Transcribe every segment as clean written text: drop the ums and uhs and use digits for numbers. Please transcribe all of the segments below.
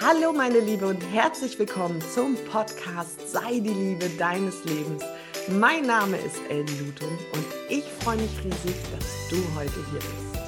Hallo meine Liebe und herzlich willkommen zum Podcast Sei die Liebe deines Lebens. Mein Name ist Ellen Lutum und ich freue mich riesig, dass du heute hier bist.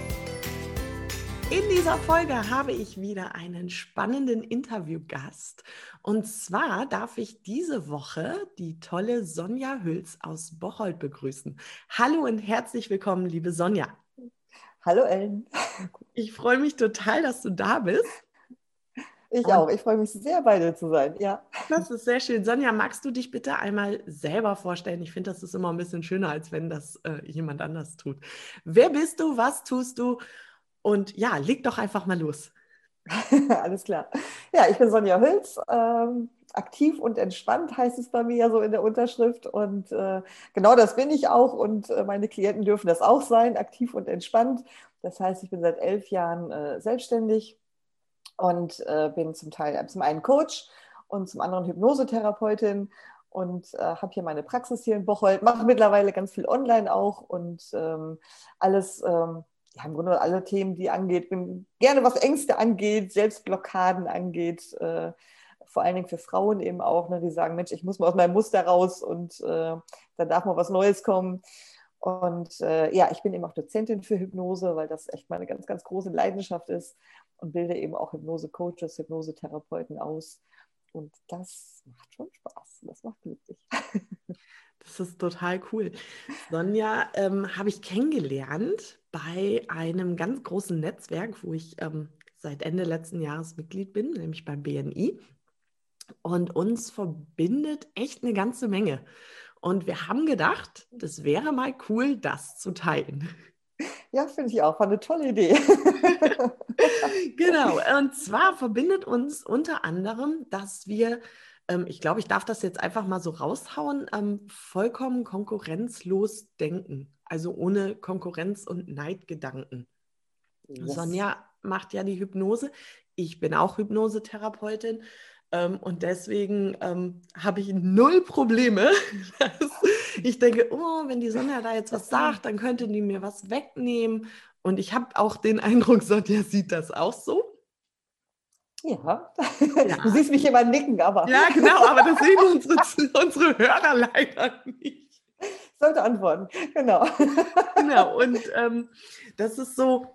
In dieser Folge habe ich wieder einen spannenden Interviewgast. Und zwar darf ich diese Woche die tolle Sonja Hülz aus Bocholt begrüßen. Hallo und herzlich willkommen, liebe Sonja. Hallo Ellen. Ich freue mich total, dass du da bist. Ich Und auch. Ich freue mich sehr, bei dir zu sein. Ja. das ist sehr schön. Sonja, magst du dich bitte einmal selber vorstellen? Ich finde, das ist immer ein bisschen schöner, als wenn das jemand anders tut. Wer bist du? Was tust du? Und ja, leg doch einfach mal los. Alles klar. Ja, ich bin Sonja Hülz. Aktiv und entspannt heißt es bei mir ja so in der Unterschrift. Und genau das bin ich auch. Und meine Klienten dürfen das auch sein, aktiv und entspannt. Das heißt, ich bin seit 11 Jahren selbstständig und bin zum einen Coach und zum anderen Hypnosetherapeutin und habe hier meine Praxis hier in Bocholt, mache mittlerweile ganz viel online auch und alles, ja, im Grunde alle Themen, die angeht, bin gerne was Ängste angeht, Selbstblockaden angeht, vor allen Dingen für Frauen eben auch, ne, die sagen, Mensch, ich muss mal aus meinem Muster raus und da darf mal was Neues kommen. Und ja, ich bin eben auch Dozentin für Hypnose, weil das echt meine ganz, ganz große Leidenschaft ist und bilde eben auch Hypnose-Coaches, Hypnosetherapeuten aus. Und das macht schon Spaß. Das macht glücklich. Das ist total cool. Sonja habe ich kennengelernt bei einem ganz großen Netzwerk, wo ich seit Ende letzten Jahres Mitglied bin, nämlich beim BNI. Und uns verbindet echt eine ganze Menge. Und wir haben gedacht, das wäre mal cool, das zu teilen. Ja, finde ich auch. War eine tolle Idee. Genau, und zwar verbindet uns unter anderem, dass wir, ich glaube, ich darf das jetzt einfach mal so raushauen, vollkommen konkurrenzlos denken. Also ohne Konkurrenz- und Neidgedanken. Yes. Sonja macht ja die Hypnose. Ich bin auch Hypnosetherapeutin. Und deswegen habe ich null Probleme. Ich denke, oh, wenn die Sonja da jetzt was sagt, dann könnte die mir was wegnehmen. Und ich habe auch den Eindruck, Sonja sieht das auch so. Ja, du Ja, siehst mich immer nicken, aber ja, genau, aber das sehen unsere Hörer leider nicht. sollte antworten. Genau. Genau, und das ist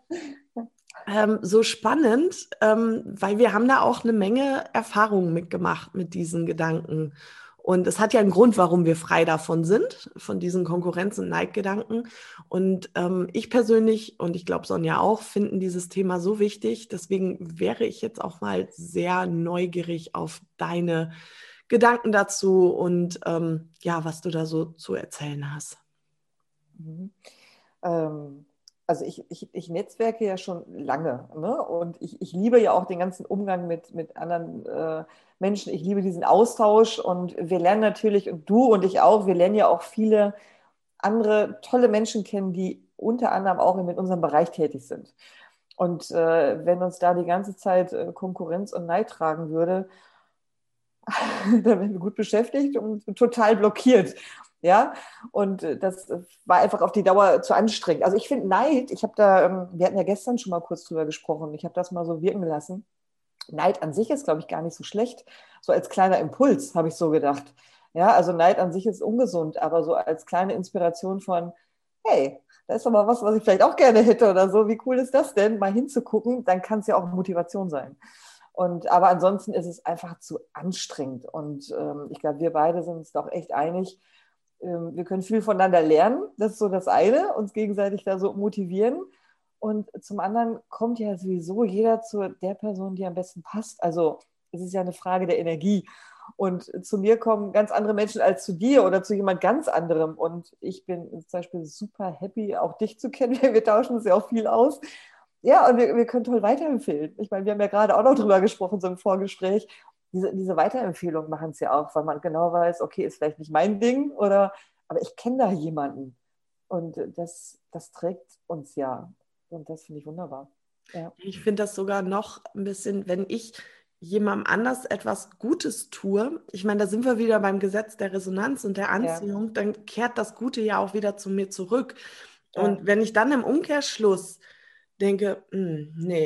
so spannend, weil wir haben da auch eine Menge Erfahrungen mitgemacht mit diesen Gedanken. Und es hat ja einen Grund, warum wir frei davon sind, von diesen Konkurrenz- und Neidgedanken. Und ich persönlich und ich glaube Sonja auch, finden dieses Thema so wichtig. Deswegen wäre ich jetzt auch mal sehr neugierig auf deine Gedanken dazu und ja, was du da so zu erzählen hast. Mhm. Ähm, also ich netzwerke ja schon lange, ne? Und ich liebe ja auch den ganzen Umgang mit anderen Menschen. Ich liebe diesen Austausch und wir lernen natürlich, und du und ich auch, wir lernen ja auch viele andere tolle Menschen kennen, die unter anderem auch mit unserem Bereich tätig sind. Und wenn uns da die ganze Zeit Konkurrenz und Neid tragen würde, da wären wir gut beschäftigt und total blockiert. Ja, und das war einfach auf die Dauer zu anstrengend. Also ich finde Neid, ich habe da, wir hatten ja gestern schon mal kurz drüber gesprochen, ich habe das mal so wirken lassen. Neid an sich ist, glaube ich, gar nicht so schlecht. So als kleiner Impuls habe ich so gedacht. Ja, also Neid an sich ist ungesund, aber so als kleine Inspiration von, hey, da ist doch mal was, was ich vielleicht auch gerne hätte oder so. Wie cool ist das denn, mal hinzugucken? Dann kann es ja auch Motivation sein. Und, aber ansonsten ist es einfach zu anstrengend. Und ich glaube, wir beide sind uns doch echt einig. Wir können viel voneinander lernen. Das ist so das eine, uns gegenseitig da so motivieren. Und zum anderen kommt ja sowieso jeder zu der Person, die am besten passt. Also es ist ja eine Frage der Energie. Und zu mir kommen ganz andere Menschen als zu dir oder zu jemand ganz anderem. Und ich bin zum Beispiel super happy, auch dich zu kennen. Wir tauschen uns ja auch viel aus. Ja, und wir können toll weiterempfehlen. Ich meine, wir haben ja gerade auch noch drüber gesprochen, so im Vorgespräch. Diese Weiterempfehlungen machen es ja auch, weil man genau weiß, okay, ist vielleicht nicht mein Ding, oder, aber ich kenne da jemanden. Und das trägt uns ja. Und das finde ich wunderbar. Ja. Ich finde das sogar noch ein bisschen, wenn ich jemandem anders etwas Gutes tue, ich meine, da sind wir wieder beim Gesetz der Resonanz und der Ja, Anziehung, dann kehrt das Gute ja auch wieder zu mir zurück. ja, Und wenn ich dann im Umkehrschluss denke, nee,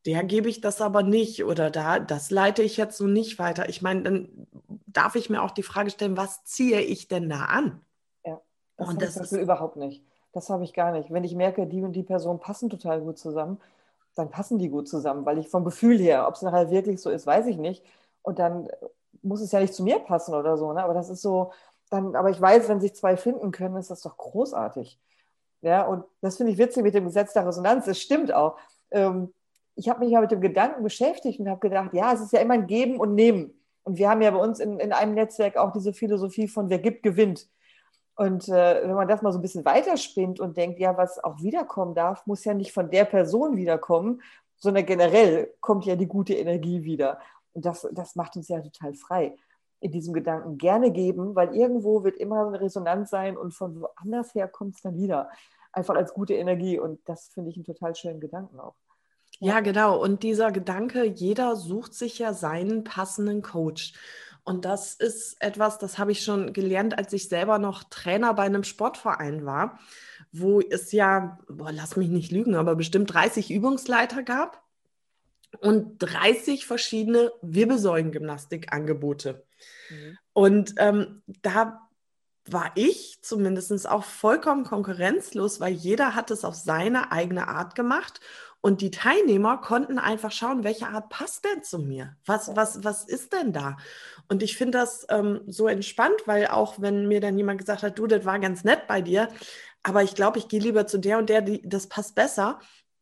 der gebe ich das aber nicht oder das leite ich jetzt so nicht weiter. Ich meine, dann darf ich mir auch die Frage stellen, was ziehe ich denn da an? Ja, das Und habe ich das zum Beispiel ist, überhaupt nicht. Das habe ich gar nicht. Wenn ich merke, die und die Personen passen total gut zusammen, dann passen die gut zusammen, weil ich vom Gefühl her, ob es nachher wirklich so ist, weiß ich nicht. Und dann muss es ja nicht zu mir passen oder so, ne? Aber das ist so, dann, aber ich weiß, wenn sich zwei finden können, ist das doch großartig. Ja, und das finde ich witzig mit dem Gesetz der Resonanz. Es stimmt auch. Ähm, Ich habe mich mal mit dem Gedanken beschäftigt und habe gedacht, ja, es ist ja immer ein Geben und Nehmen. Und wir haben ja bei uns in einem Netzwerk auch diese Philosophie von wer gibt, gewinnt. Und wenn man das mal so ein bisschen weiterspinnt und denkt, ja, was auch wiederkommen darf, muss ja nicht von der Person wiederkommen, sondern generell kommt ja die gute Energie wieder. Und das macht uns ja total frei, in diesem Gedanken gerne geben, weil irgendwo wird immer eine Resonanz sein und von woanders her kommt es dann wieder. Einfach als gute Energie. Und das finde ich einen total schönen Gedanken auch. Ja, ja, genau. Und dieser Gedanke, jeder sucht sich ja seinen passenden Coach. Und das ist etwas, das habe ich schon gelernt, als ich selber noch Trainer bei einem Sportverein war, wo es ja, boah, lass mich nicht lügen, aber bestimmt 30 Übungsleiter gab und 30 verschiedene Wirbelsäulengymnastikangebote. mhm. Und da war ich zumindest auch vollkommen konkurrenzlos, weil jeder hat es auf seine eigene Art gemacht und die Teilnehmer konnten einfach schauen, welche Art passt denn zu mir? Was ist denn da? Und ich finde das so entspannt, weil auch wenn mir dann jemand gesagt hat, du, das war ganz nett bei dir, aber ich glaube, ich gehe lieber zu der und der, das passt besser,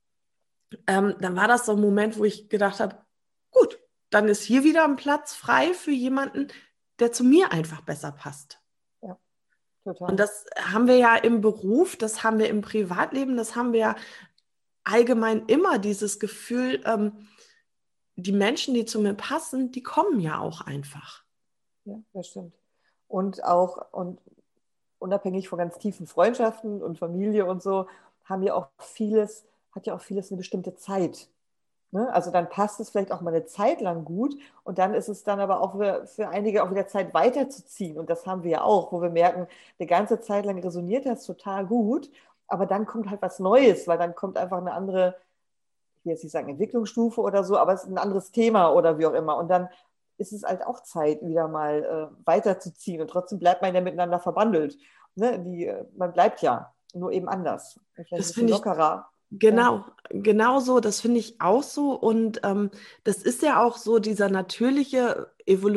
dann war das so ein Moment, wo ich gedacht habe, gut, dann ist hier wieder ein Platz frei für jemanden, der zu mir einfach besser passt. Ja, Und total. das haben wir ja im Beruf, das haben wir im Privatleben, das haben wir ja allgemein immer, dieses Gefühl, die Menschen, die zu mir passen, die kommen ja auch einfach. Ja, das stimmt. Und auch, und unabhängig von ganz tiefen Freundschaften und Familie und so, haben ja auch vieles, hat ja auch vieles eine bestimmte Zeit. Ne? Also dann passt es vielleicht auch mal eine Zeit lang gut und dann ist es dann aber auch für einige auch wieder Zeit weiterzuziehen. Und das haben wir ja auch, wo wir merken, eine ganze Zeit lang resoniert das total gut, aber dann kommt halt was Neues, weil dann kommt einfach eine andere, ich will jetzt nicht sagen Entwicklungsstufe oder so, aber es ist ein anderes Thema oder wie auch immer. Und dann ist es halt auch Zeit, wieder mal weiterzuziehen. Und trotzdem bleibt man ja miteinander verbandelt. Ne? Man bleibt ja, nur eben anders. Und vielleicht ein Das bisschen finde ich lockerer. Ja, genau so, das finde ich auch so. Und das ist ja auch so dieser natürliche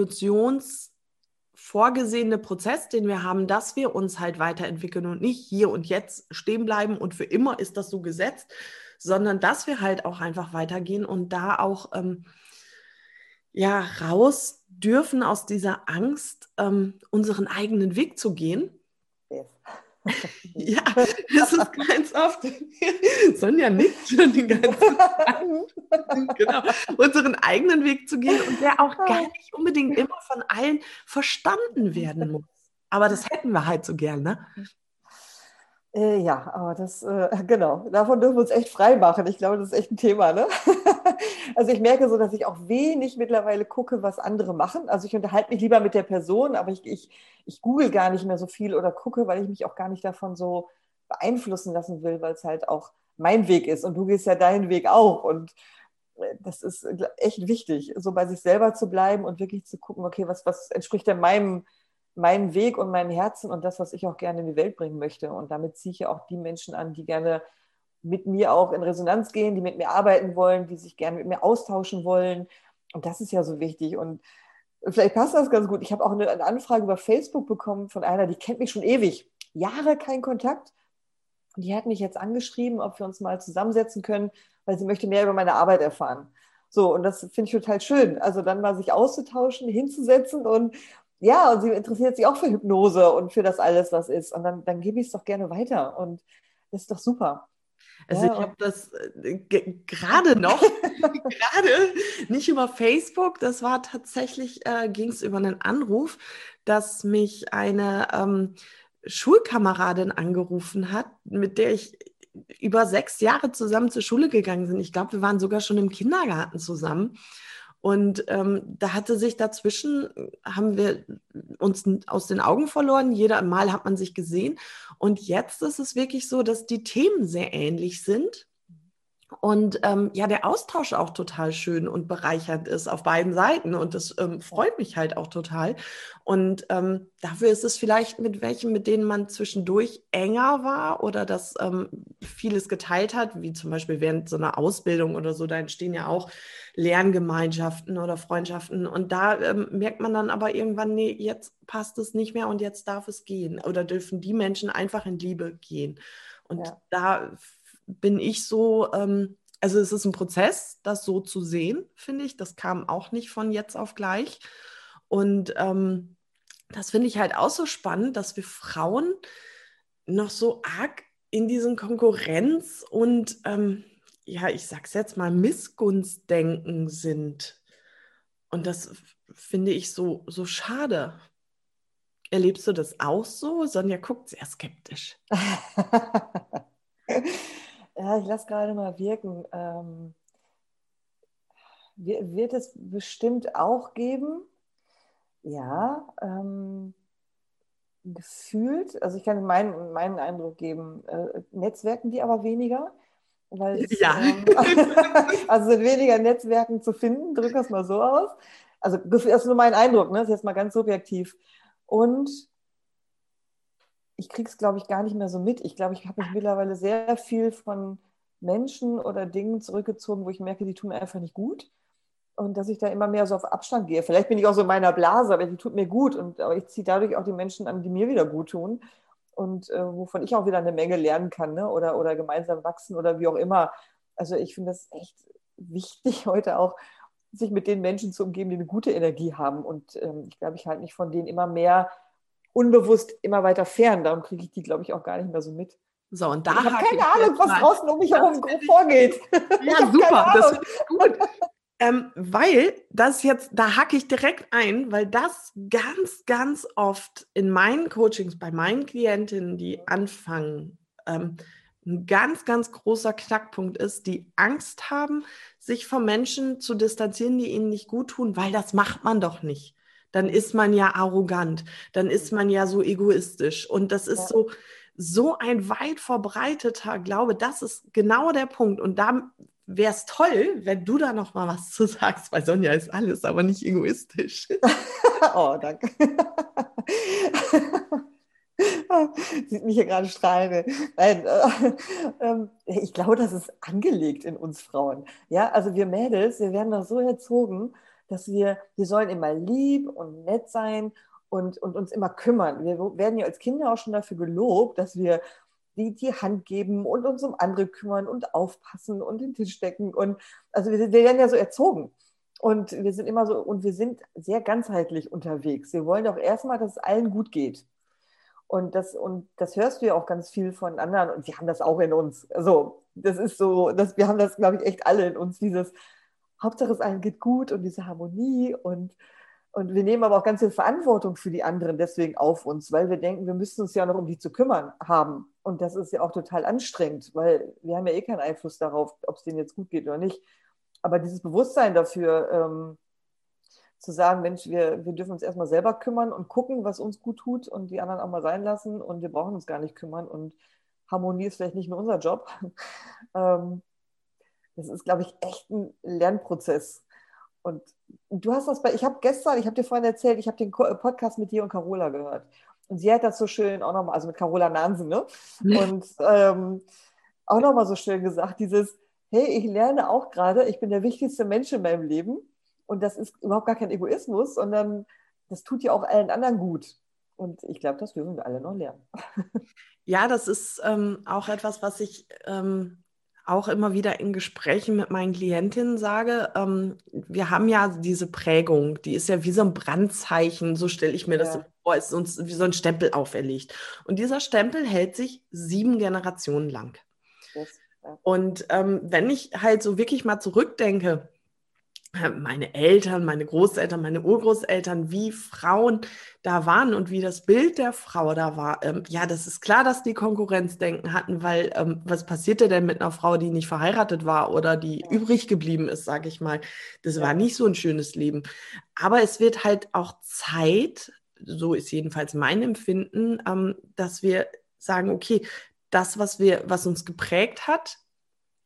evolutionsvorgesehene Prozess, den wir haben, dass wir uns halt weiterentwickeln und nicht hier und jetzt stehen bleiben und für immer ist das so gesetzt, sondern dass wir halt auch einfach weitergehen und da auch ja raus dürfen aus dieser Angst, unseren eigenen Weg zu gehen. yes. Ja, das ist ganz oft. Sonja nickt schon die ganze Zeit. Genau, unseren eigenen Weg zu gehen und der auch gar nicht unbedingt immer von allen verstanden werden muss. Aber das hätten wir halt so gern, ne? Ja, aber genau, davon dürfen wir uns echt frei machen. Ich glaube, das ist echt ein Thema, ne? Also ich merke so, dass ich auch wenig mittlerweile gucke, was andere machen. Also ich unterhalte mich lieber mit der Person, aber ich google gar nicht mehr so viel oder gucke, weil ich mich auch gar nicht davon so beeinflussen lassen will, weil es halt auch mein Weg ist und du gehst ja deinen Weg auch. Und das ist echt wichtig, so bei sich selber zu bleiben und wirklich zu gucken, okay, was entspricht denn meinem Weg und meinem Herzen und das, was ich auch gerne in die Welt bringen möchte. Und damit ziehe ich ja auch die Menschen an, die gerne mit mir auch in Resonanz gehen, die mit mir arbeiten wollen, die sich gerne mit mir austauschen wollen. Und das ist ja so wichtig. Und vielleicht passt das ganz gut. Ich habe auch eine Anfrage über Facebook bekommen von einer, die kennt mich schon ewig. Jahre kein Kontakt. Und die hat mich jetzt angeschrieben, ob wir uns mal zusammensetzen können, weil sie möchte mehr über meine Arbeit erfahren. So, und das finde ich total schön. Also dann mal sich auszutauschen, hinzusetzen und ja, und sie interessiert sich auch für Hypnose und für das alles, was ist. Und dann gebe ich es doch gerne weiter. Und das ist doch super. Also Ja, ich habe das gerade noch, gerade nicht über Facebook, das war tatsächlich, ging es über einen Anruf, dass mich eine Schulkameradin angerufen hat, mit der ich über 6 Jahre zusammen zur Schule gegangen sind. Ich glaube, wir waren sogar schon im Kindergarten zusammen. Und da hatte sich dazwischen, haben wir uns aus den Augen verloren. Jeder Mal hat man sich gesehen. Und jetzt ist es wirklich so, dass die Themen sehr ähnlich sind. Und ja, der Austausch auch total schön und bereichernd ist auf beiden Seiten. Und das freut mich halt auch total. Und dafür ist es vielleicht mit welchen, mit denen man zwischendurch enger war oder das vieles geteilt hat, wie zum Beispiel während so einer Ausbildung oder so, da entstehen ja auch Lerngemeinschaften oder Freundschaften. Und da merkt man dann aber irgendwann, nee, jetzt passt es nicht mehr und jetzt darf es gehen. Oder dürfen die Menschen einfach in Liebe gehen. Und Ja. da bin ich so, also es ist ein Prozess, das so zu sehen, finde ich. Das kam auch nicht von jetzt auf gleich. Und das finde ich halt auch so spannend, dass wir Frauen noch so arg in diesen Konkurrenz- und, ja, ich sag's jetzt mal, Missgunstdenken sind. Und das finde ich so schade. Erlebst du das auch so? Sonja guckt sehr skeptisch. Ja, ich lasse gerade mal wirken. Wird es bestimmt auch geben? Ja, gefühlt, also ich kann meinen Eindruck geben, Netzwerken die aber weniger, weil es, Ja. also sind weniger Netzwerken zu finden, drück das mal so aus. Also das ist nur mein Eindruck, ne? Das ist jetzt mal ganz subjektiv. Und ich kriege es, glaube ich, gar nicht mehr so mit. Ich glaube, ich habe mich mittlerweile sehr viel von Menschen oder Dingen zurückgezogen, wo ich merke, die tun mir einfach nicht gut. Und dass ich da immer mehr so auf Abstand gehe. Vielleicht bin ich auch so in meiner Blase, aber die tut mir gut. Aber ich ziehe dadurch auch die Menschen an, die mir wieder gut tun. Und wovon ich auch wieder eine Menge lernen kann, ne? Oder gemeinsam wachsen oder wie auch immer. Also ich finde das echt wichtig, heute auch sich mit den Menschen zu umgeben, die eine gute Energie haben. Und ich glaube, ich halte mich von denen immer mehr unbewusst immer weiter fern. Darum kriege ich die, glaube ich, auch gar nicht mehr so mit. So, und Und ich da habe hake keine ich Ahnung, jetzt was mal. draußen um mich herum Das finde vorgeht. Ich Ja, habe keine super, das Ahnung. finde ich gut. Weil das jetzt, da hacke ich direkt ein, weil das ganz, ganz oft in meinen Coachings bei meinen Klientinnen, die anfangen, ein ganz, ganz großer Knackpunkt ist, die Angst haben, sich von Menschen zu distanzieren, die ihnen nicht gut tun, weil das macht man doch nicht. Dann ist man ja arrogant, dann ist man ja so egoistisch. Und das ist Ja. so ein weit verbreiteter Glaube, das ist genau der Punkt. Und da wäre es toll, wenn du da noch mal was zu sagst, weil Sonja ist alles, aber nicht egoistisch. Oh, danke. Sieht mich hier gerade strahlen. Nein, ich glaube, das ist angelegt in uns Frauen. Ja, also wir Mädels, wir werden da so erzogen, dass wir sollen immer lieb und nett sein und uns immer kümmern. Wir werden ja als Kinder auch schon dafür gelobt, dass wir die Hand geben und uns um andere kümmern und aufpassen und den Tisch decken. Und also wir werden ja so erzogen. Und wir sind immer so, und wir sind sehr ganzheitlich unterwegs. Wir wollen doch erstmal, dass es allen gut geht. Und das hörst du ja auch ganz viel von anderen und wir haben das auch in uns. Also, das ist so, wir haben das, glaube ich, echt alle in uns, dieses Hauptsache es allen geht gut und diese Harmonie und wir nehmen aber auch ganz viel Verantwortung für die anderen deswegen auf uns, weil wir denken, wir müssen uns ja noch um die zu kümmern haben. Und das ist ja auch total anstrengend, weil wir haben ja eh keinen Einfluss darauf, ob es denen jetzt gut geht oder nicht. Aber dieses Bewusstsein dafür, zu sagen, Mensch, wir dürfen uns erstmal selber kümmern und gucken, was uns gut tut und die anderen auch mal sein lassen und wir brauchen uns gar nicht kümmern und Harmonie ist vielleicht nicht nur unser Job. Das ist, glaube ich, echt ein Lernprozess. Und du hast ich habe dir vorhin erzählt, ich habe den Podcast mit dir und Carola gehört. Und sie hat das so schön auch nochmal, also mit Carola Nansen, ne? Und auch nochmal so schön gesagt, hey, ich lerne auch gerade, ich bin der wichtigste Mensch in meinem Leben. Und das ist überhaupt gar kein Egoismus, sondern das tut ja auch allen anderen gut. Und ich glaube, das dürfen wir alle noch lernen. Ja, das ist auch etwas, was ich auch immer wieder in Gesprächen mit meinen Klientinnen sage. Wir haben ja diese Prägung, die ist ja wie so ein Brandzeichen, so stelle ich mir das Ja, vor, ist uns wie so ein Stempel auferlegt. Und dieser Stempel hält sich 7 Generationen lang. das, ja, Und wenn ich halt so wirklich mal zurückdenke, meine Eltern, meine Großeltern, meine Urgroßeltern, wie Frauen da waren und wie das Bild der Frau da war. Ja, das ist klar, dass die Konkurrenzdenken hatten, weil was passierte denn mit einer Frau, die nicht verheiratet war oder die ja, übrig geblieben ist, sage ich mal. Das war ja, nicht so ein schönes Leben. Aber es wird halt auch Zeit, so ist jedenfalls mein Empfinden, dass wir sagen, okay, das, was uns geprägt hat,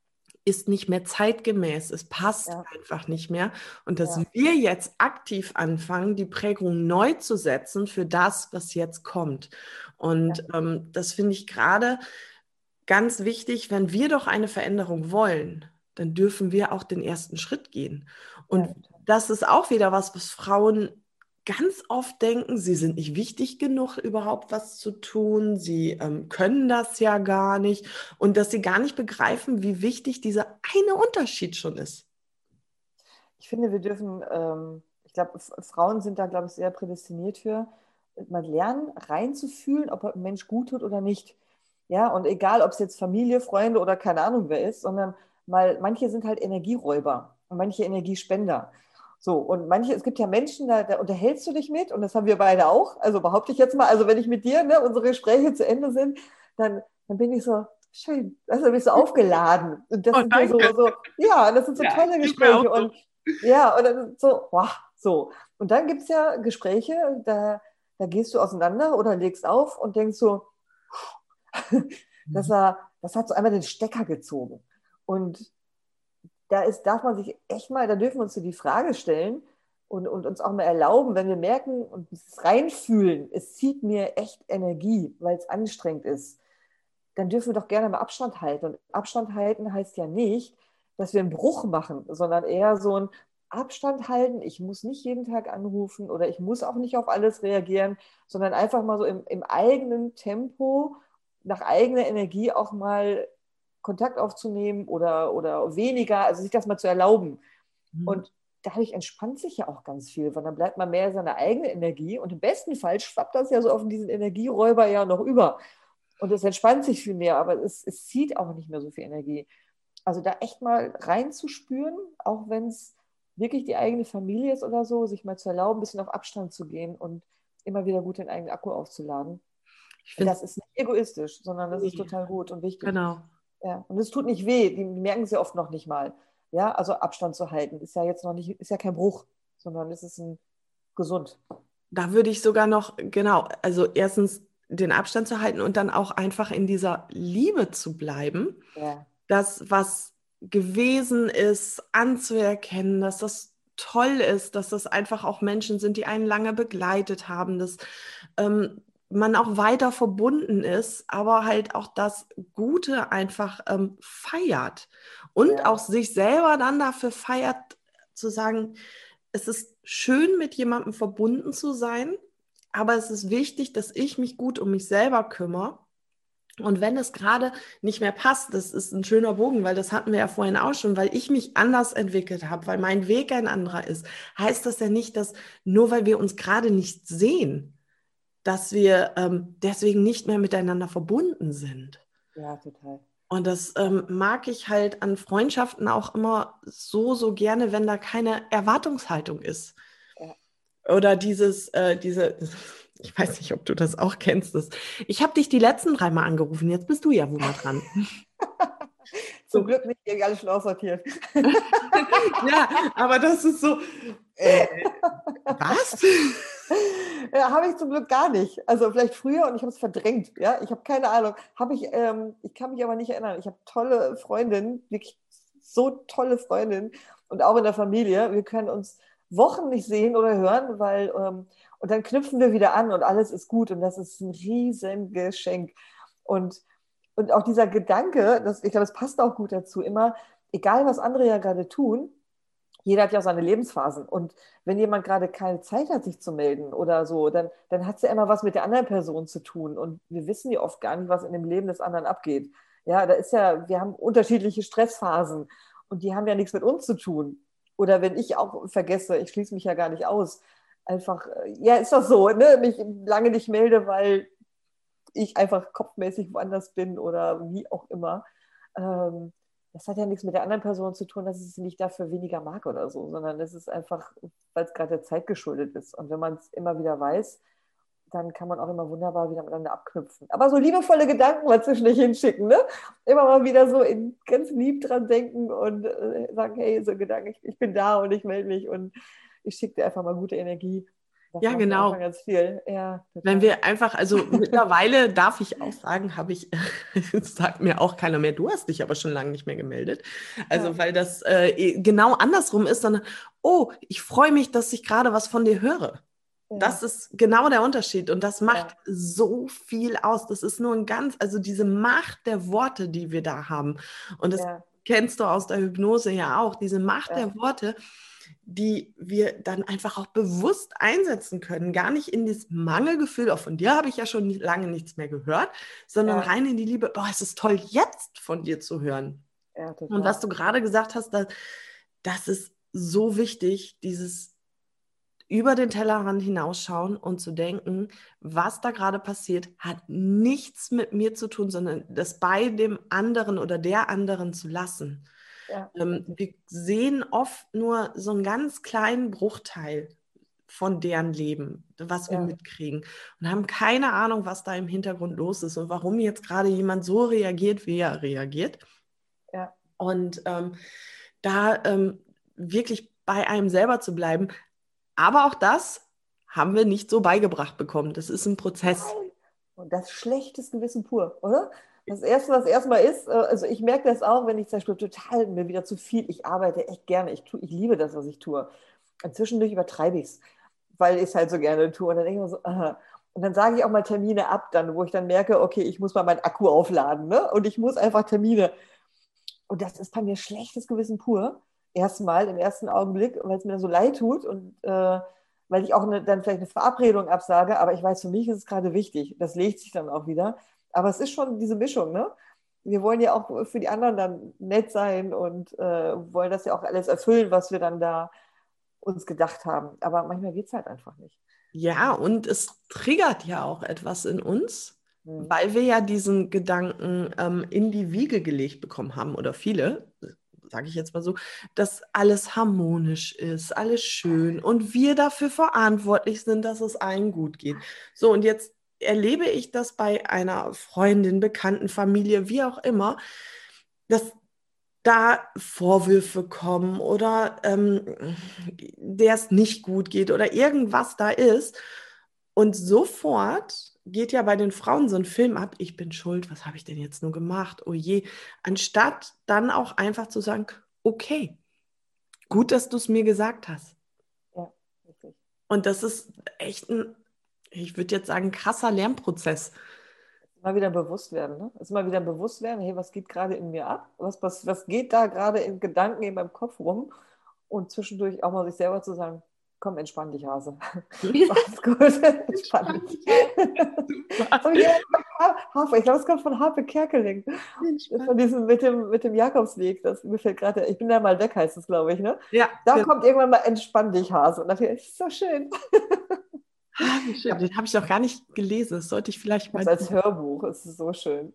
ist nicht mehr zeitgemäß, es passt ja, einfach nicht mehr. Und dass ja, wir jetzt aktiv anfangen, die Prägung neu zu setzen für das, was jetzt kommt. ja, Und das finde ich gerade ganz wichtig, wenn wir doch eine Veränderung wollen, dann dürfen wir auch den ersten Schritt gehen. ja, Und das ist auch wieder was, was Frauen ganz oft denken, sie sind nicht wichtig genug, überhaupt was zu tun, sie können das ja gar nicht und dass sie gar nicht begreifen, wie wichtig dieser eine Unterschied schon ist. Ich finde, wir dürfen, ich glaube, Frauen sind da, glaube ich, sehr prädestiniert für, mal lernen, reinzufühlen, ob ein Mensch gut tut oder nicht. Ja, und egal, ob es jetzt Familie, Freunde oder keine Ahnung wer ist, sondern mal, manche sind halt Energieräuber und manche Energiespender. So, und manche, es gibt ja Menschen, da unterhältst du dich mit, und das haben wir beide auch, also behaupte ich jetzt mal, also wenn ich mit dir, ne, unsere Gespräche zu Ende sind, dann bin ich so, schön, also bin ich so aufgeladen. Und das Oh, sind ja danke. ja, das sind so Ja, tolle geht mir auch Gespräche. so. Und ja, und dann so, wow, so. Und dann gibt es ja Gespräche, da gehst du auseinander oder legst auf und denkst so, das hat so einmal den Stecker gezogen. Und darf man sich echt mal, da dürfen wir uns so die Frage stellen und uns auch mal erlauben, wenn wir merken und es reinfühlen, es zieht mir echt Energie, weil es anstrengend ist, dann dürfen wir doch gerne mal Abstand halten. Und Abstand halten heißt ja nicht, dass wir einen Bruch machen, sondern eher so ein Abstand halten. Ich muss nicht jeden Tag anrufen oder ich muss auch nicht auf alles reagieren, sondern einfach mal so im eigenen Tempo, nach eigener Energie auch mal Kontakt aufzunehmen oder weniger, also sich das mal zu erlauben. Mhm. Und dadurch entspannt sich ja auch ganz viel, weil dann bleibt man mehr in seiner eigenen Energie und im besten Fall schwappt das ja so auf diesen Energieräuber ja noch über. Und es entspannt sich viel mehr, aber es zieht auch nicht mehr so viel Energie. Also da echt mal reinzuspüren, auch wenn es wirklich die eigene Familie ist oder so, sich mal zu erlauben, ein bisschen auf Abstand zu gehen und immer wieder gut den eigenen Akku aufzuladen. Ich finde Das ist nicht egoistisch, sondern das ist es, total gut und wichtig. genau. Ja. Und es tut nicht weh, die merken es ja oft noch nicht mal. Ja, also Abstand zu halten ist ja jetzt noch nicht, ist ja kein Bruch, sondern es ist ein gesund. Da würde ich sogar noch, genau, also erstens den Abstand zu halten und dann auch einfach in dieser Liebe zu bleiben, Ja, das, was gewesen ist, anzuerkennen, dass das toll ist, dass das einfach auch Menschen sind, die einen lange begleitet haben, dass man auch weiter verbunden ist, aber halt auch das Gute einfach feiert und auch ja, sich selber dann dafür feiert, zu sagen, es ist schön, mit jemandem verbunden zu sein, aber es ist wichtig, dass ich mich gut um mich selber kümmere. Und wenn es gerade nicht mehr passt, das ist ein schöner Bogen, weil das hatten wir ja vorhin auch schon, weil ich mich anders entwickelt habe, weil mein Weg ein anderer ist, heißt das ja nicht, dass nur weil wir uns gerade nicht sehen, dass wir deswegen nicht mehr miteinander verbunden sind. ja, total. Und das mag ich halt an Freundschaften auch immer so, so gerne, wenn da keine Erwartungshaltung ist. Ja. Oder ich weiß nicht, ob du das auch kennst. Ich habe dich die letzten 3 Mal angerufen, jetzt bist du ja wohl mal dran. Zum Glück nicht irgendwie alles schon aussortiert. Ja, aber das ist so, äh, was? Ja, habe ich zum Glück gar nicht. Also vielleicht früher und ich habe es verdrängt. Ja, ich habe keine Ahnung. Ich kann mich aber nicht erinnern. Ich habe tolle Freundinnen, wirklich so tolle Freundinnen und auch in der Familie. Wir können uns Wochen nicht sehen oder hören, weil und dann knüpfen wir wieder an und alles ist gut und das ist ein riesen Geschenk. Und, und auch dieser Gedanke, ich glaube, das passt auch gut dazu, immer, egal was andere ja gerade tun, jeder hat ja auch seine Lebensphasen. Und wenn jemand gerade keine Zeit hat, sich zu melden oder so, dann hat es ja immer was mit der anderen Person zu tun. Und wir wissen ja oft gar nicht, was in dem Leben des anderen abgeht. Ja, wir haben unterschiedliche Stressphasen und die haben ja nichts mit uns zu tun. Oder wenn ich auch vergesse, ich schließe mich ja gar nicht aus. Einfach, ja, ist das so, ne? Mich lange nicht melde, weil ich einfach kopfmäßig woanders bin oder wie auch immer. Das hat ja nichts mit der anderen Person zu tun, dass es sie nicht dafür weniger mag oder so, sondern es ist einfach, weil es gerade der Zeit geschuldet ist. Und wenn man es immer wieder weiß, dann kann man auch immer wunderbar wieder miteinander abknüpfen. Aber so liebevolle Gedanken mal zwischendurch hinschicken, ne? Immer mal wieder so ganz lieb dran denken und sagen, hey, so Gedanken, ich bin da und ich melde mich und ich schicke dir einfach mal gute Energie. Das Ja, macht am Anfang genau. ganz viel. Ja, Wenn total. wir einfach, also mittlerweile darf ich auch sagen, sagt mir auch keiner mehr, du hast dich aber schon lange nicht mehr gemeldet. Also, Ja, weil das genau andersrum ist, sondern, oh, ich freue mich, dass ich gerade was von dir höre. ja, Das ist genau der Unterschied und das macht ja, so viel aus. Das ist nur also diese Macht der Worte, die wir da haben. Und das ja, kennst du aus der Hypnose ja auch, diese Macht ja, der Worte, die wir dann einfach auch bewusst einsetzen können. Gar nicht in das Mangelgefühl, auch von dir habe ich ja schon lange nichts mehr gehört, sondern ja, rein in die Liebe, boah, es ist toll, jetzt von dir zu hören. ja, Und was total. du gerade gesagt hast, das ist so wichtig, dieses über den Tellerrand hinausschauen und zu denken, was da gerade passiert, hat nichts mit mir zu tun, sondern das bei dem anderen oder der anderen zu lassen. Ja, richtig. Wir sehen oft nur so einen ganz kleinen Bruchteil von deren Leben, was wir Ja, mitkriegen und haben keine Ahnung, was da im Hintergrund los ist und warum jetzt gerade jemand so reagiert, wie er reagiert. ja. Und da wirklich bei einem selber zu bleiben. Aber auch das haben wir nicht so beigebracht bekommen. Das ist ein Prozess. Nein. Und das schlechtes Gewissen pur, oder? Das Erste, was erstmal ist, also ich merke das auch, wenn ich zum Beispiel total mir wieder zu viel, ich arbeite echt gerne, ich liebe das, was ich tue. Und zwischendurch übertreibe ich es, weil ich es halt so gerne tue. Und dann denke ich mir so, aha. Und dann sage ich auch mal Termine ab, dann, wo ich dann merke, okay, ich muss mal meinen Akku aufladen, ne? Und ich muss einfach Termine. Und das ist bei mir schlechtes Gewissen pur. Erstmal im ersten Augenblick, weil es mir so leid tut und weil ich auch dann vielleicht eine Verabredung absage, aber ich weiß, für mich ist es gerade wichtig. Das legt sich dann auch wieder. Aber es ist schon diese Mischung, ne? Wir wollen ja auch für die anderen dann nett sein und wollen das ja auch alles erfüllen, was wir dann da uns gedacht haben. Aber manchmal geht es halt einfach nicht. Ja, und es triggert ja auch etwas in uns, Hm. weil wir ja diesen Gedanken in die Wiege gelegt bekommen haben, oder viele, sage ich jetzt mal so, dass alles harmonisch ist, alles schön und wir dafür verantwortlich sind, dass es allen gut geht. So, und jetzt erlebe ich das bei einer Freundin, Bekannten, Familie, wie auch immer, dass da Vorwürfe kommen oder der es nicht gut geht oder irgendwas da ist. Und sofort geht ja bei den Frauen so ein Film ab, ich bin schuld, was habe ich denn jetzt nur gemacht? Oh je. Anstatt dann auch einfach zu sagen, okay, gut, dass du es mir gesagt hast. Ja, richtig. Und das ist echt ein, ich würde jetzt sagen, krasser Lernprozess. Mal wieder bewusst werden, ne? Ist mal wieder bewusst werden, hey, was geht gerade in mir ab? Was geht da gerade in Gedanken in meinem Kopf rum? Und zwischendurch auch mal sich selber zu sagen, komm, entspann dich, Hase. Mach's gut, entspann dich. Super. So, ja, Harpe, ich glaube, es kommt von Harpe Kerkeling. Von Entspannt. diesem mit dem Jakobsweg. Das mir fällt gerade, ich bin da mal weg, heißt es, glaube ich, ne? Ja, Da genau. kommt irgendwann mal entspann dich, Hase. Und dafür ist es so schön. Ah, wie schön. Ja, Den habe ich noch gar nicht gelesen. Das sollte ich vielleicht ich habe mal es als tun. Hörbuch, es ist so schön.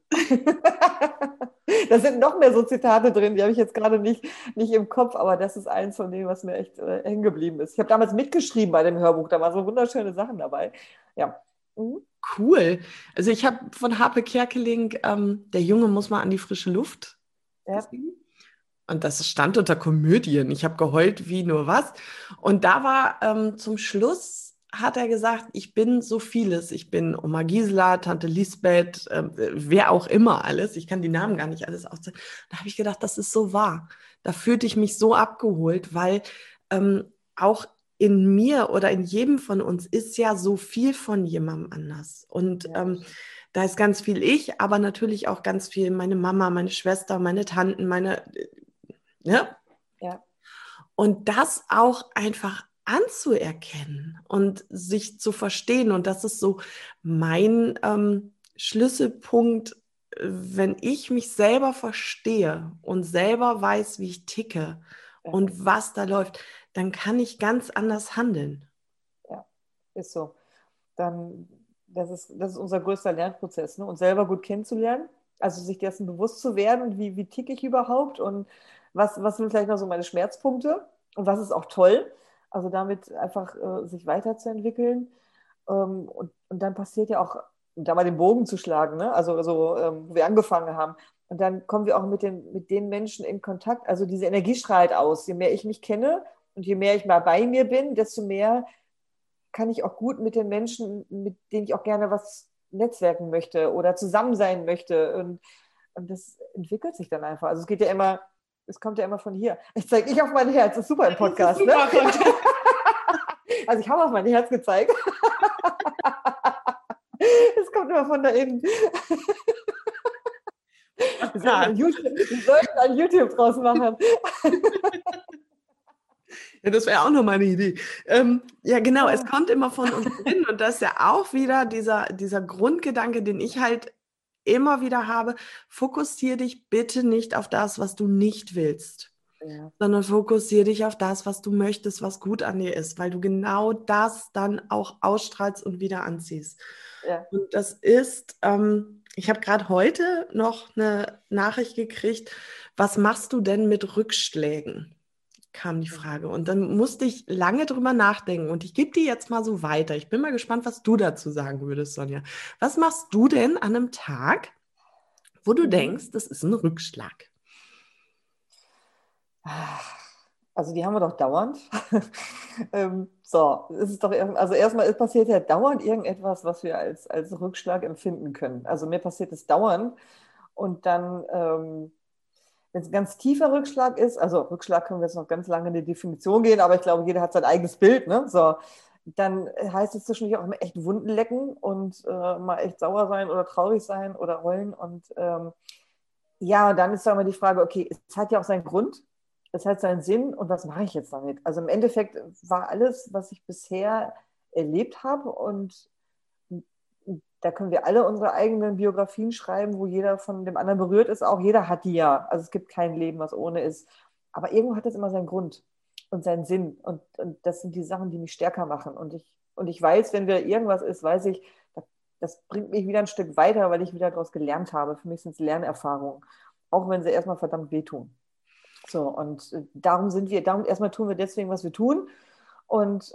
Da sind noch mehr so Zitate drin, die habe ich jetzt gerade nicht im Kopf, aber das ist eins von denen, was mir echt hängen geblieben ist. Ich habe damals mitgeschrieben bei dem Hörbuch, da waren so wunderschöne Sachen dabei. Ja. Mhm. Cool. Also ich habe von Harpe Kerkeling, der Junge muss mal an die frische Luft Ja, gesehen. Und das stand unter Komödien. Ich habe geheult wie nur was. Und da war zum Schluss, hat er gesagt, ich bin so vieles. Ich bin Oma Gisela, Tante Lisbeth, wer auch immer alles. Ich kann die Namen gar nicht alles aufzählen. Da habe ich gedacht, das ist so wahr. Da fühlte ich mich so abgeholt, weil auch in mir oder in jedem von uns ist ja so viel von jemandem anders. Und ja, das stimmt. da ist ganz viel ich, aber natürlich auch ganz viel meine Mama, meine Schwester, meine Tanten, meine, ne? Ja, Und das auch einfach anzuerkennen und sich zu verstehen. Und das ist so mein Schlüsselpunkt, wenn ich mich selber verstehe und selber weiß, wie ich ticke ja, und was da läuft, dann kann ich ganz anders handeln. ja, ist so. Dann, das ist unser größter Lernprozess, ne? Uns selber gut kennenzulernen, also sich dessen bewusst zu werden, wie ticke ich überhaupt und was sind vielleicht noch so meine Schmerzpunkte und was ist auch toll, also damit einfach sich weiterzuentwickeln. Und dann passiert ja auch, um da mal den Bogen zu schlagen, ne? Wo wir angefangen haben. Und dann kommen wir auch mit den Menschen in Kontakt. Also diese Energie strahlt aus. Je mehr ich mich kenne und je mehr ich mal bei mir bin, desto mehr kann ich auch gut mit den Menschen, mit denen ich auch gerne was netzwerken möchte oder zusammen sein möchte. Und das entwickelt sich dann einfach. Also es kommt ja immer von hier. Ich zeige auf mein Herz, das ist super im Podcast. Super, ne? Also ich habe auf mein Herz gezeigt. Es kommt immer von da innen. Wir sollten ein YouTube draus machen. Ja, das wäre auch noch mal eine Idee. Ja, genau, es kommt immer von uns drin und das ist ja auch wieder dieser Grundgedanke, den ich halt immer wieder habe. Fokussiere dich bitte nicht auf das, was du nicht willst, sondern fokussiere dich auf das, was du möchtest, was gut an dir ist, weil du genau das dann auch ausstrahlst und wieder anziehst. Ja. Und das ist, ich habe gerade heute noch eine Nachricht gekriegt, was machst du denn mit Rückschlägen? Kam die Frage. Und dann musste ich lange drüber nachdenken. Und ich gebe die jetzt mal so weiter. Ich bin mal gespannt, was du dazu sagen würdest, Sonja. Was machst du denn an einem Tag, wo du denkst, das ist ein Rückschlag? Also die haben wir doch dauernd. Es ist doch, also erstmal passiert ja dauernd irgendetwas, was wir als Rückschlag empfinden können. Also mir passiert es dauernd. Und dann, wenn es ein ganz tiefer Rückschlag ist, also Rückschlag können wir jetzt noch ganz lange in die Definition gehen, aber ich glaube, jeder hat sein eigenes Bild, ne? So, dann heißt es zwischendurch auch immer echt Wunden lecken und mal echt sauer sein oder traurig sein oder heulen. Und ja, dann ist, sagen wir, die Frage, okay, es hat ja auch seinen Grund, es hat seinen Sinn und was mache ich jetzt damit? Also im Endeffekt war alles, was ich bisher erlebt habe und da können wir alle unsere eigenen Biografien schreiben, wo jeder von dem anderen berührt ist. Auch jeder hat die ja. Also es gibt kein Leben, was ohne ist. Aber irgendwo hat das immer seinen Grund und seinen Sinn. Und das sind die Sachen, die mich stärker machen. Und ich weiß, wenn wieder irgendwas ist, weiß ich, das bringt mich wieder ein Stück weiter, weil ich wieder daraus gelernt habe. Für mich sind es Lernerfahrungen. Auch wenn sie erstmal verdammt wehtun. So, und darum erstmal tun wir deswegen, was wir tun. Und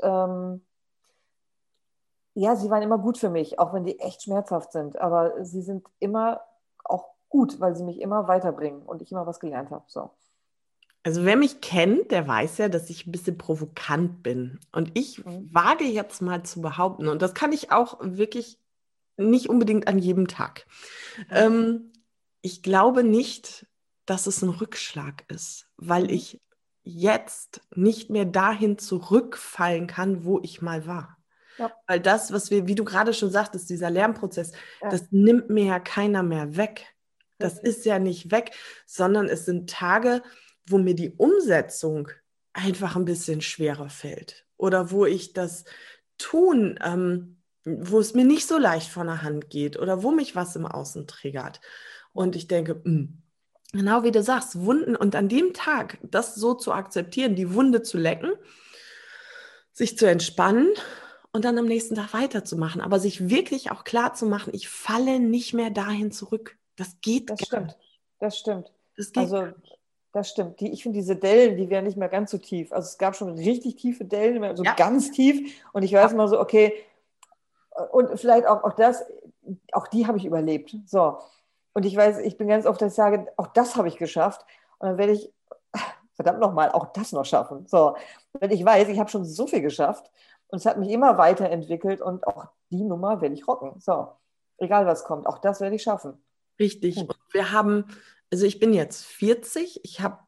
ja, sie waren immer gut für mich, auch wenn die echt schmerzhaft sind. Aber sie sind immer auch gut, weil sie mich immer weiterbringen und ich immer was gelernt habe. So. Also wer mich kennt, der weiß ja, dass ich ein bisschen provokant bin. Und ich wage jetzt mal zu behaupten, und das kann ich auch wirklich nicht unbedingt an jedem Tag. Ich glaube nicht, dass es ein Rückschlag ist, weil ich jetzt nicht mehr dahin zurückfallen kann, wo ich mal war. Ja. Weil das, was wir, wie du gerade schon sagtest, dieser Lernprozess, das nimmt mir ja keiner mehr weg. Das ist ja nicht weg, sondern es sind Tage, wo mir die Umsetzung einfach ein bisschen schwerer fällt. Oder wo ich das Tun, wo es mir nicht so leicht von der Hand geht oder wo mich was im Außen triggert. Und ich denke, genau wie du sagst, Wunden und an dem Tag das so zu akzeptieren, die Wunde zu lecken, sich zu entspannen und dann am nächsten Tag weiterzumachen, aber sich wirklich auch klar zu machen, ich falle nicht mehr dahin zurück. Das geht gar nicht. Das stimmt. Das stimmt. Ich finde diese Dellen, die wären nicht mehr ganz so tief. Also es gab schon richtig tiefe Dellen, so ganz tief. Und ich weiß mal so, okay, und vielleicht auch die habe ich überlebt. So. Und ich weiß, ich bin ganz oft, dass ich sage, auch das habe ich geschafft. Und dann werde ich, verdammt nochmal, auch das noch schaffen. So. Wenn ich weiß, ich habe schon so viel geschafft und es hat mich immer weiterentwickelt und auch die Nummer werde ich rocken. So. Egal was kommt, auch das werde ich schaffen. Richtig. Und wir haben, also ich bin jetzt 40, ich habe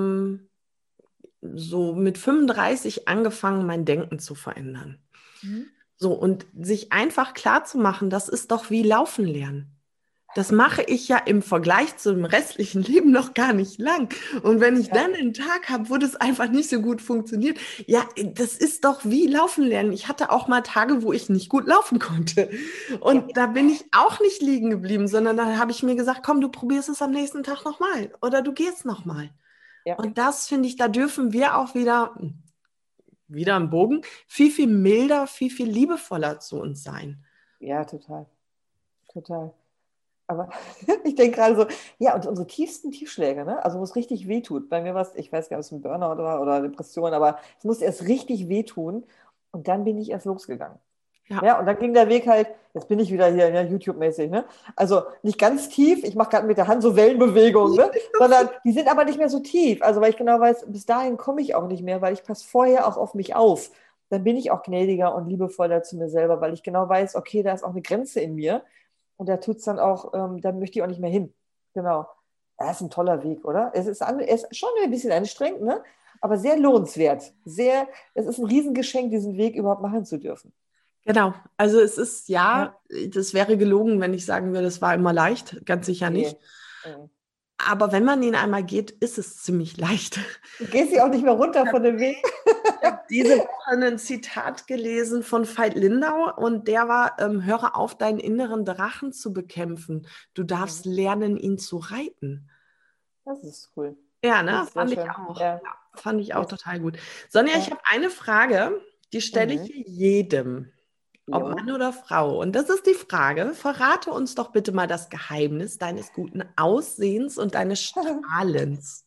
so mit 35 angefangen, mein Denken zu verändern. So, und sich einfach klar zu machen, das ist doch wie Laufen lernen. Das mache ich ja im Vergleich zum restlichen Leben noch gar nicht lang. Und wenn ich dann einen Tag habe, wo das einfach nicht so gut funktioniert, ja, das ist doch wie Laufen lernen. Ich hatte auch mal Tage, wo ich nicht gut laufen konnte. Und da bin ich auch nicht liegen geblieben, sondern da habe ich mir gesagt, komm, du probierst es am nächsten Tag nochmal oder du gehst nochmal. Ja. Und das finde ich, da dürfen wir auch wieder ein Bogen, viel, viel milder, viel, viel liebevoller zu uns sein. Ja, total. Total. Aber ich denke gerade so, ja, und unsere tiefsten Tiefschläge, ne? Also wo es richtig wehtut. Bei mir war es, ich weiß gar nicht, ob es ein Burnout war oder Depression, aber es musste erst richtig wehtun und dann bin ich erst losgegangen. Ja, und dann ging der Weg halt, jetzt bin ich wieder hier, ja, YouTube-mäßig, ne? Also nicht ganz tief, ich mache gerade mit der Hand so Wellenbewegungen, ne? Sondern die sind aber nicht mehr so tief. Also weil ich genau weiß, bis dahin komme ich auch nicht mehr, weil ich passe vorher auch auf mich auf. dann bin ich auch gnädiger und liebevoller zu mir selber, weil ich genau weiß, okay, da ist auch eine Grenze in mir und da tut es dann auch, dann möchte ich auch nicht mehr hin. Genau. Das ist ein toller Weg, oder? Es ist schon ein bisschen anstrengend, ne? Aber sehr lohnenswert. Es ist ein Riesengeschenk, diesen Weg überhaupt machen zu dürfen. Genau, also es ist Ja. das wäre gelogen, wenn ich sagen würde, es war immer leicht, ganz sicher nicht. Nee. Mhm. Aber wenn man ihn einmal geht, ist es ziemlich leicht. Du gehst ja auch nicht mehr runter von dem Weg. Ich habe diese Woche ein Zitat gelesen von Veit Lindau und der war, höre auf, deinen inneren Drachen zu bekämpfen. Du darfst lernen, ihn zu reiten. Das ist cool. Ja, Das ne? ist sehr Fand ich schön. auch. Ja. Ja, fand ich auch Ja. total gut. Sonja, ich Ja. habe eine Frage, die stelle ich Mhm. jedem, ob Jo. Mann oder Frau. Und das ist die Frage, verrate uns doch bitte mal das Geheimnis deines guten Aussehens und deines Strahlens.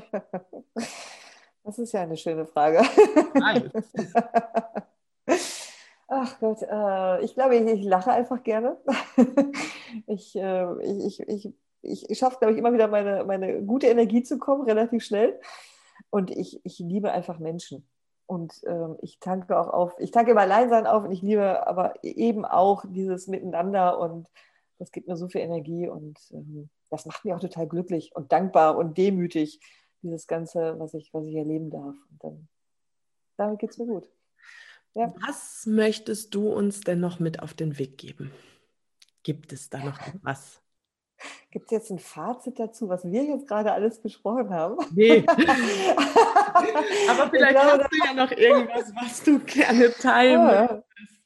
Das ist ja eine schöne Frage. Nein. Ach Gott, ich glaube, ich lache einfach gerne. Ich, ich schaffe, glaube ich, immer wieder meine gute Energie zu kommen, relativ schnell. Und ich liebe einfach Menschen. Und ich tanke auch auf, ich tanke im Alleinsein auf und ich liebe aber eben auch dieses Miteinander und das gibt mir so viel Energie und das macht mich auch total glücklich und dankbar und demütig, dieses Ganze, was ich erleben darf. Und dann, damit geht es mir gut. Ja. Was möchtest du uns denn noch mit auf den Weg geben? Gibt es da noch etwas? Gibt es jetzt ein Fazit dazu, was wir jetzt gerade alles besprochen haben? Nee. Aber Ich vielleicht glaube, hast du ja noch irgendwas, was du gerne teilen möchtest.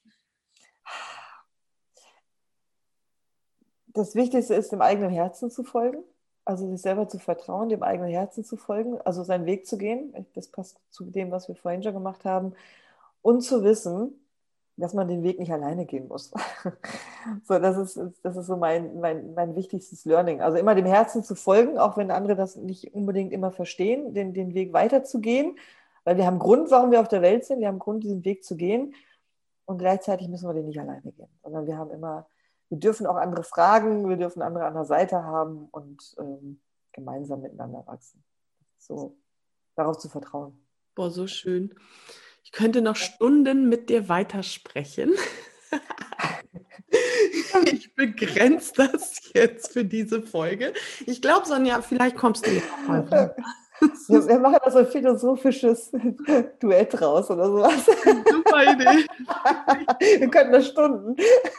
das Wichtigste ist, dem eigenen Herzen zu folgen, also sich selber zu vertrauen, dem eigenen Herzen zu folgen, also seinen Weg zu gehen. Das passt zu dem, was wir vorhin schon gemacht haben. Und zu wissen, dass man den Weg nicht alleine gehen muss. So, das ist so mein wichtigstes Learning. Also immer dem Herzen zu folgen, auch wenn andere das nicht unbedingt immer verstehen, den Weg weiterzugehen, weil wir haben Grund, warum wir auf der Welt sind, wir haben Grund, diesen Weg zu gehen und gleichzeitig müssen wir den nicht alleine gehen, sondern wir dürfen auch andere fragen, wir dürfen andere an der Seite haben und gemeinsam miteinander wachsen. So, darauf zu vertrauen. Boah, so schön. Ich könnte noch Stunden mit dir weitersprechen. Ich begrenze das jetzt für diese Folge. Ich glaube, Sonja, vielleicht kommst du jetzt auch mal wieder. Wir machen da so ein philosophisches Duett raus oder sowas. Super Idee. Wir könnten das Stunden.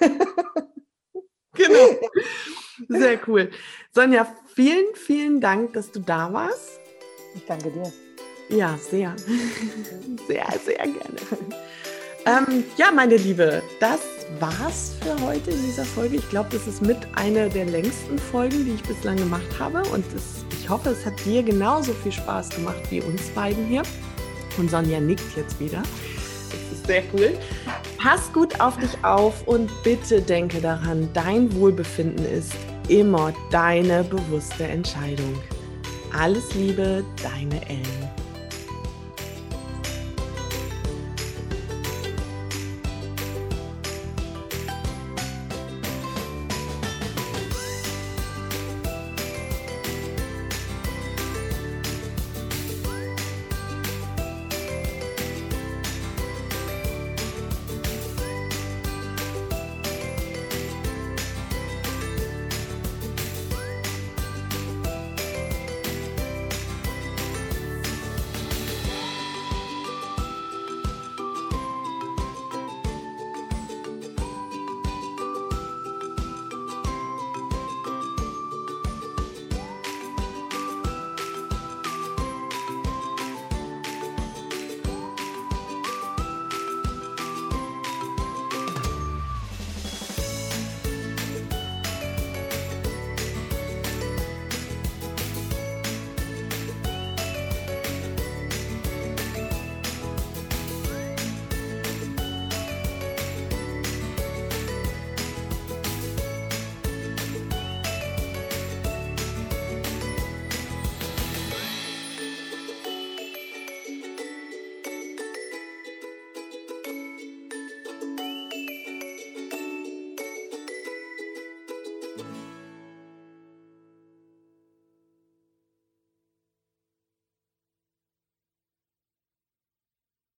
Genau. Sehr cool. Sonja, vielen, vielen Dank, dass du da warst. Ich danke dir. Ja, sehr. Sehr, sehr gerne. Ja, meine Liebe, das war's für heute in dieser Folge. Ich glaube, das ist mit einer der längsten Folgen, die ich bislang gemacht habe. Und ich hoffe, es hat dir genauso viel Spaß gemacht wie uns beiden hier. Und Sonja nickt jetzt wieder. Das ist sehr cool. Pass gut auf dich auf und bitte denke daran, dein Wohlbefinden ist immer deine bewusste Entscheidung. Alles Liebe, deine Ellen.